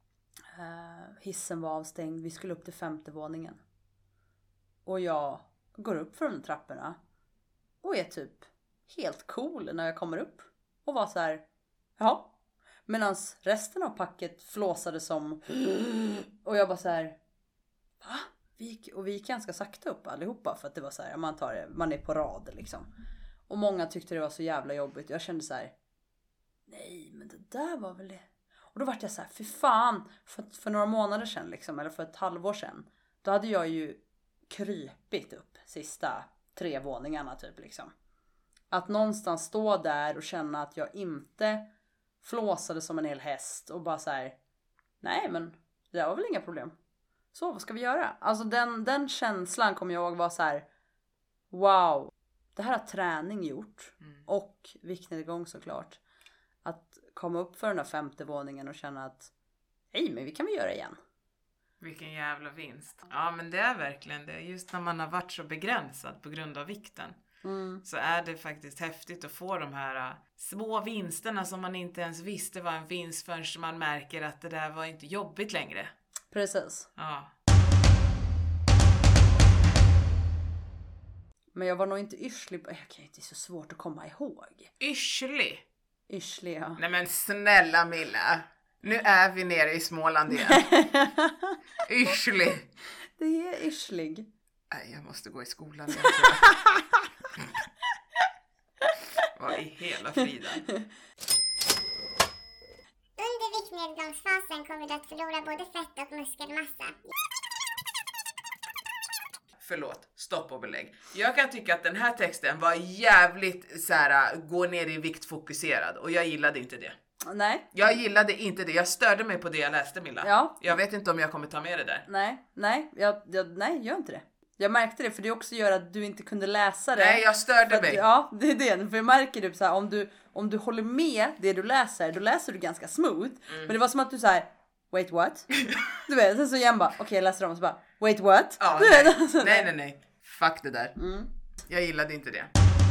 S2: eh, hissen var avstängd. Vi skulle upp till femte våningen. Och jag går upp för de trapporna. Och är typ helt cool när jag kommer upp. Och var så här, ja. Medan resten av packet flåsade som, och jag bara så här, va? Vi gick, och vi gick ganska sakta upp allihopa, för att det var så här, man tar det, man är på rad liksom. Och många tyckte det var så jävla jobbigt. Jag kände så här, nej men det där var väl det. Och då var jag så här, för fan, för, för några månader sedan liksom, eller för ett halvår sedan, då hade jag ju krypit upp sista tre våningarna typ liksom. Att någonstans stå där och känna att jag inte flåsade som en hel häst och bara så här, nej men det var väl inga problem. Så vad ska vi göra? Alltså den, den känslan kommer jag ihåg var så här, wow, det här har träning gjort. Mm. Och viktnedgång såklart. Att komma upp för den där femte våningen och känna att, hej men vi kan väl göra igen.
S1: Vilken jävla vinst. Ja men det är verkligen det. Just när man har varit så begränsad på grund av vikten. Mm. Så är det faktiskt häftigt att få de här uh, små vinsterna som man inte ens visste var en vinst förrän man märker att det där var inte jobbigt längre.
S2: Precis.
S1: Ja.
S2: Men jag var nog inte yrslig. Jag kan inte, det är så svårt att komma ihåg.
S1: Yrslig?
S2: Yrslig, ja.
S1: Nej men snälla Milla. Nu är vi nere i Småland igen. Yrslig.
S2: Det är yrslig.
S1: Nej, jag måste gå i skolan igen. Vad i hela friden.
S3: Under viktnedgångsfasen kommer du att förlora både fett och muskelmassa.
S1: Förlåt, stopp och belägg. Jag kan tycka att den här texten var jävligt så här, gå ner i vikt fokuserad. Och jag gillade inte det.
S2: Nej.
S1: Jag gillade inte det. Jag störde mig på det jag läste, Milla.
S2: Ja.
S1: Jag vet inte om jag kommer ta med det där.
S2: Nej, nej, jag, jag, nej, gör inte det. Jag märkte det, för det också gör att du inte kunde läsa det.
S1: Nej, jag störde
S2: att,
S1: mig.
S2: Ja, det är det. För jag märker typ så här, om du, om du håller med det du läser, då läser du ganska smooth. Mm. Men det var som att du så här, wait what? Du vet, sen så igen bara, okej okay, jag läser om och så bara, wait what?
S1: Ja,
S2: du
S1: nej.
S2: vet, alltså,
S1: nej, nej, nej. Fuck det där.
S2: Mm.
S1: Jag gillade inte det.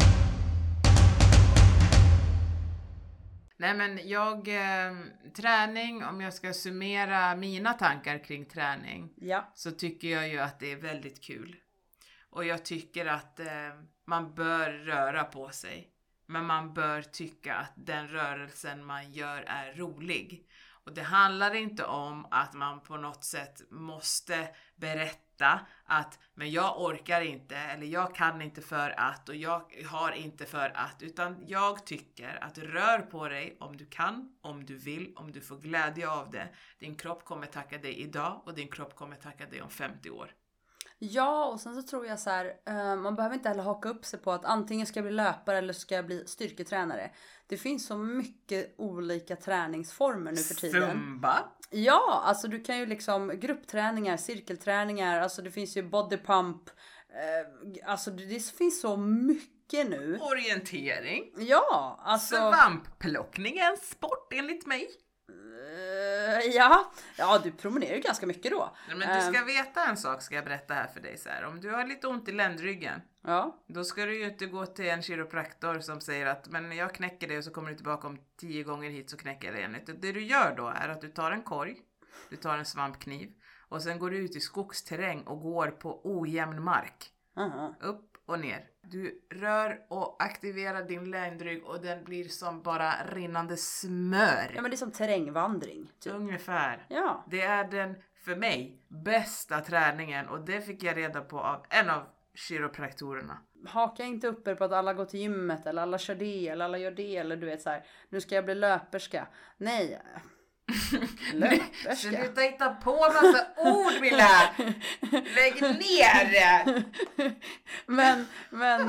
S1: Nej men jag, eh, träning, om jag ska summera mina tankar kring träning,
S2: ja.
S1: Så tycker jag ju att det är väldigt kul. Och jag tycker att eh, man bör röra på sig. Men man bör tycka att den rörelsen man gör är rolig. Och det handlar inte om att man på något sätt måste berätta att men jag orkar inte eller jag kan inte för att och jag har inte för att, utan jag tycker att rör på dig om du kan, om du vill, om du får glädje av det. Din kropp kommer tacka dig idag och din kropp kommer tacka dig om femtio år.
S2: Ja, och sen så tror jag så här, uh, man behöver inte heller haka upp sig på att antingen ska jag bli löpare eller ska jag bli styrketränare. Det finns så mycket olika träningsformer nu för tiden.
S1: Zumba?
S2: Ja, alltså du kan ju liksom gruppträningar, cirkelträningar, alltså det finns ju bodypump, uh, alltså det, det finns så mycket nu.
S1: Orientering?
S2: Ja, alltså...
S1: Svampplockning är en sport enligt mig.
S2: Ja, ja du promenerar ju ganska mycket då.
S1: Men du ska veta en sak, ska jag berätta här för dig så här. Om du har lite ont i ländryggen,
S2: ja.
S1: Då ska du ju inte gå till en kiropraktor som säger att men jag knäcker det och så kommer du tillbaka om tio gånger hit så knäcker jag det igen. Det du gör då är att du tar en korg, du tar en svampkniv Och sen går du ut i skogsterräng och går på ojämn mark.
S2: Uh-huh.
S1: Upp och ner. Du rör och aktiverar din ländrygg och den blir som bara rinnande smör.
S2: Ja, men det är som terrängvandring. Typ.
S1: Ungefär.
S2: Ja.
S1: Det är den, för mig, bästa träningen. Och det fick jag reda på av en av kiropraktorerna.
S2: Haka inte upp er på att alla går till gymmet eller alla kör det eller alla gör det eller du vet så här, nu ska jag bli löperska. Nej. Löperska.
S1: Sluta hitta på massa ord, Milla. Lägg ner det.
S2: Men, men.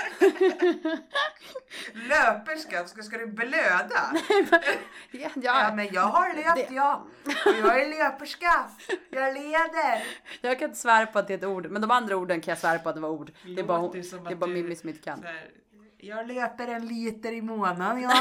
S1: Löperska, ska, ska du blöda?
S2: ja,
S1: Ja, men jag har löpt,
S2: det-
S1: ja. Jag är löperska. Jag leder.
S2: Jag kan inte svära på att det är ett ord, men de andra orden kan jag svära på att det var ord. Det är bara,
S1: Låter som
S2: det är
S1: att
S2: bara
S1: du-
S2: Mimmi som inte kan.
S1: Så här, jag löper en liter i månaden, ja.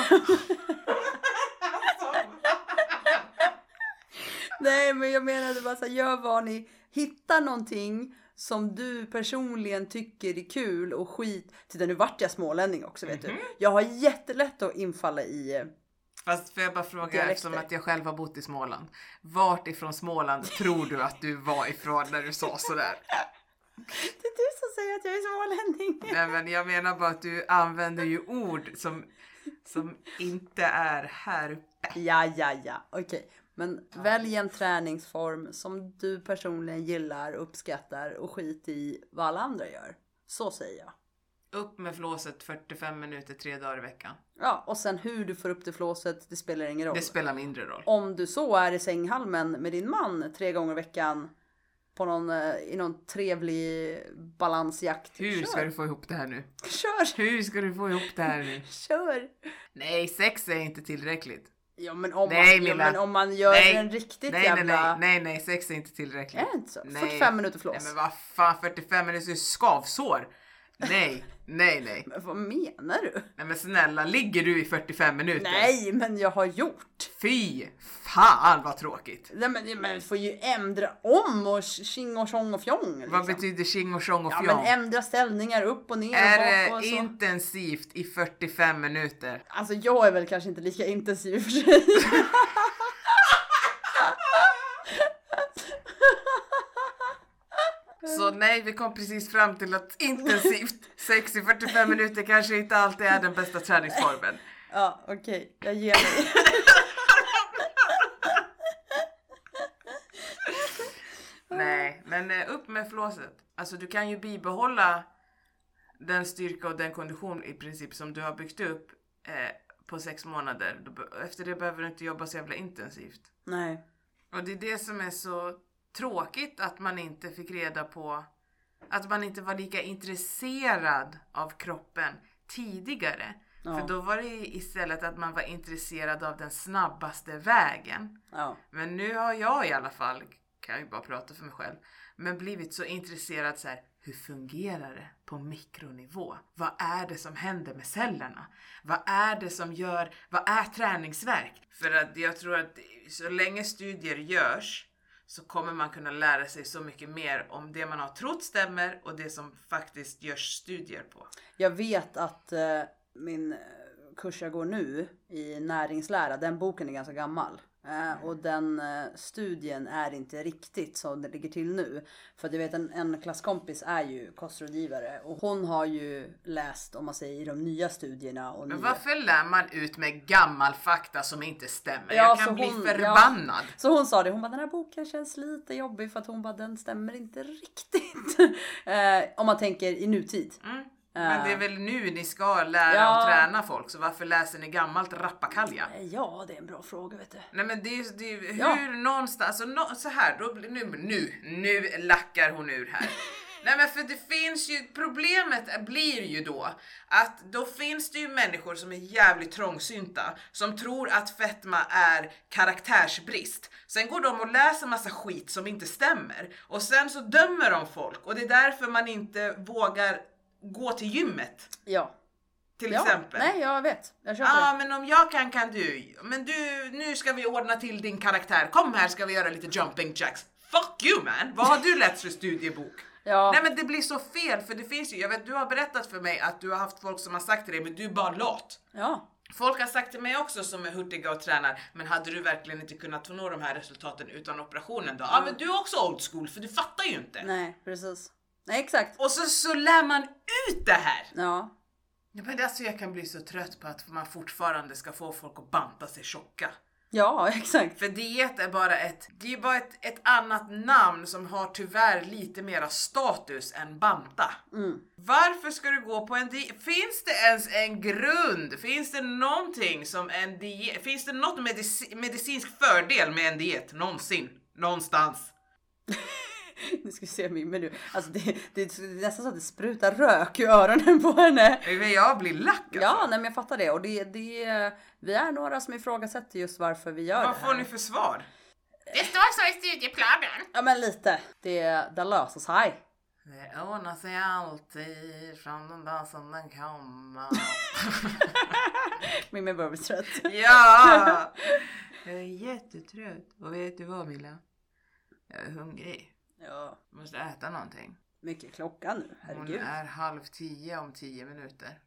S2: Nej, men jag menade bara så här, gör vad ni hittar någonting som du personligen tycker är kul och skit. Titta, nu vart jag smålänning också, vet
S1: Mhm.
S2: du. Jag har jättelätt att infalla i.
S1: Fast får jag bara fråga,
S2: Dialekter.
S1: eftersom att jag själv har bott i Småland. Vart ifrån Småland tror du att du var ifrån när du sa sådär?
S2: Det är du som säger att jag är smålänning.
S1: Nej, men jag menar bara att du använder ju ord som, som inte är här uppe.
S2: Ja, ja, ja. Okej. Men välj en träningsform som du personligen gillar, uppskattar och skit i vad alla andra gör. Så säger jag.
S1: Upp med flåset fyrtiofem minuter tre dagar i veckan.
S2: Ja, och sen hur du får upp det flåset, det spelar ingen roll.
S1: Det spelar mindre roll.
S2: Om du så är i sänghalmen med din man tre gånger i veckan på någon, eh, i någon trevlig balansjakt.
S1: Hur
S2: Kör.
S1: ska du få ihop det här nu?
S2: Kör!
S1: Hur ska du få ihop det här nu?
S2: Kör!
S1: Nej, sex är inte tillräckligt.
S2: Ja, men om,
S1: Nej,
S2: man, ja,
S1: Milla.
S2: men om man gör
S1: Nej.
S2: en riktigt
S1: Nej,
S2: jävla...
S1: nej, nej, nej, nej, sex är inte tillräckligt.
S2: Är det inte så?
S1: Nej.
S2: fyrtiofem minuter flås.
S1: Nej, men vad fan, fyrtiofem minuter är skavsår. Nej, nej, nej.
S2: Men vad menar du?
S1: Nej, men snälla, ligger du i fyrtiofem minuter?
S2: Nej, men jag har gjort.
S1: Fy fan vad tråkigt.
S2: Nej, men man får ju ändra om och tjing och tjong och fjong. Liksom.
S1: Vad betyder tjing och tjong och
S2: Ja,
S1: fjong?
S2: men ändra ställningar upp och ner
S1: Är
S2: och bak och
S1: det
S2: så.
S1: intensivt i fyrtiofem minuter?
S2: Alltså jag är väl kanske inte lika intensiv för sig.
S1: Så nej, vi kom precis fram till att intensivt sex i fyrtiofem minuter kanske inte alltid är den bästa träningsformen.
S2: Ja, okej. Okay. Jag ger mig.
S1: Nej, men eh, upp med flåset. Alltså du kan ju bibehålla den styrka och den kondition i princip som du har byggt upp eh, på sex månader. Efter det behöver du inte jobba så jävla intensivt.
S2: Nej.
S1: Och det är det som är så tråkigt, att man inte fick reda på, att man inte var lika intresserad av kroppen tidigare.
S2: Ja.
S1: För då var det istället att man var intresserad av den snabbaste vägen.
S2: Ja.
S1: Men nu har jag i alla fall, kan jag ju bara prata för mig själv, men blivit så intresserad så här, hur fungerar det på mikronivå? Vad är det som händer med cellerna? Vad är det som gör, vad är träningsvärk? För att jag tror att så länge studier görs så kommer man kunna lära sig så mycket mer om det man har trott stämmer och det som faktiskt görs studier på.
S2: Jag vet att eh, min kurs jag går nu i näringslära, den boken är ganska gammal. Eh, och den eh, studien är inte riktigt som det ligger till nu. För du vet, en, en klasskompis är ju kostrådgivare. Och hon har ju läst, om man säger, de nya studierna. Och
S1: Men
S2: nya...
S1: varför lär man ut med gammal fakta som inte stämmer?
S2: Ja,
S1: jag kan
S2: så
S1: bli
S2: hon-
S1: förbannad.
S2: Ja. Så hon sa det, hon bara, den här boken känns lite jobbig för att hon bara, den stämmer inte riktigt. eh, om man tänker i nutid.
S1: Mm. Men det är väl nu ni ska lära
S2: Ja.
S1: och träna folk, så varför läser ni gammalt rappakalja?
S2: Eh, Ja, det är en bra fråga, vet du.
S1: Nej, men det är ju, det är ju hur
S2: Ja.
S1: någonstans, alltså no, så här, då, blir- nu, nu, nu lackar hon ur här. Nej, men för det finns ju, problemet blir ju då att då finns det ju människor som är jävligt trångsynta, som tror att fetma är karaktärsbrist. Sen går de och läser massa skit som inte stämmer och sen så dömer de folk, och det är därför man inte vågar gå till gymmet
S2: Ja.
S1: till
S2: Ja.
S1: exempel.
S2: Nej, jag vet. Jag köper
S1: Ja,
S2: det.
S1: men om jag kan kan du. Men du, nu ska vi ordna till din karaktär. Kom här, ska vi göra lite jumping jacks. Fuck you man, vad har du läst för studiebok?
S2: Ja.
S1: Nej, men det blir så fel, för det finns ju, jag vet, du har berättat för mig att du har haft folk som har sagt till dig, men du är bara lat.
S2: Ja.
S1: Folk har sagt till mig också som är hurtiga och tränar, men hade du verkligen inte kunnat nå de här resultaten utan operationen då? Ja, mm. ah, men du är också old school för du fattar ju inte.
S2: Nej, precis. Nej, exakt.
S1: Och så, så lär man ut det här.
S2: Ja.
S1: Ja, men alltså jag kan bli så trött på att man fortfarande ska få folk att banta sig tjocka.
S2: Ja, exakt.
S1: För diet är bara ett, det är bara ett, ett annat namn som har tyvärr lite mera status än banta.
S2: Mm.
S1: Varför ska du gå på en diet? Finns det ens en grund? Finns det någonting som en diet? Finns det något medic- medicinsk fördel med en diet? Någonsin? Någonstans?
S2: Nu ska vi se min menu. Alltså det, det är nästan så att det sprutar rök i öronen på henne.
S1: Jag blir lack alltså.
S2: Ja, nej men jag fattar det. Och det, det, vi är några som ifrågasätter just varför vi gör
S1: Vad
S2: det här.
S1: får ni för svar? Det står så i studieplanen.
S2: Ja men lite. Det, det löser sig.
S1: Det ordnar sig alltid från den där som den kommer.
S2: Min börjar bli trött.
S1: Ja! Jag är jättetrött. Och vet du vad Milla? Jag är hungrig.
S2: Ja.
S1: Jag måste äta någonting.
S2: Mycket klockan nu, herregud.
S1: Hon är halv tio om tio minuter.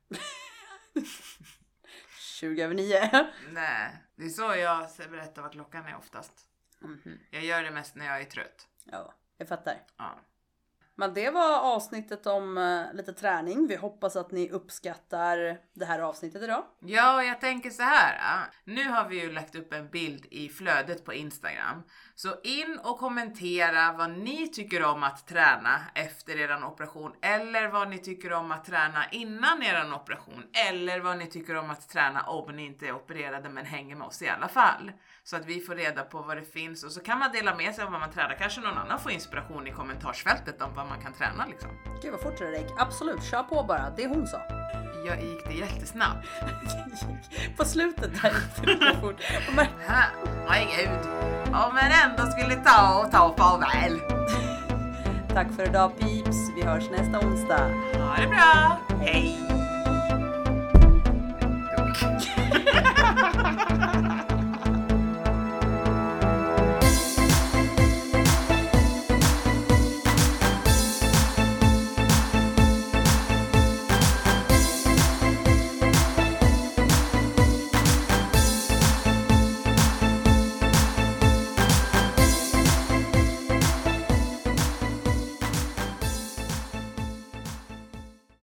S2: tjugo över nio.
S1: Nej, det är så jag berättar vad klockan är oftast.
S2: Mm-hmm.
S1: Jag gör det mest när jag är trött.
S2: Ja, jag fattar.
S1: Ja.
S2: Men det var avsnittet om uh, lite träning. Vi hoppas att ni uppskattar det här avsnittet idag.
S1: Ja, jag tänker så här. Ja. Nu har vi ju lagt upp en bild i flödet på Instagram. Så in och kommentera vad ni tycker om att träna efter eran operation. Eller vad ni tycker om att träna innan eran operation. Eller vad ni tycker om att träna om ni inte är opererade men hänger med oss i alla fall. Så att vi får reda på vad det finns. Och så kan man dela med sig av vad man tränar. Kanske någon annan får inspiration i kommentarsfältet om vad man kan träna liksom.
S2: Gud vad fort det gick. Absolut, kör på bara. Det hon sa.
S1: Jag gick det jättesnabbt.
S2: På slutet där gick det fort. Men...
S1: Herregud. Om man ändå skulle ta och ta farväl.
S2: Tack för idag peeps. Vi hörs nästa onsdag.
S1: Ha det bra. Hej.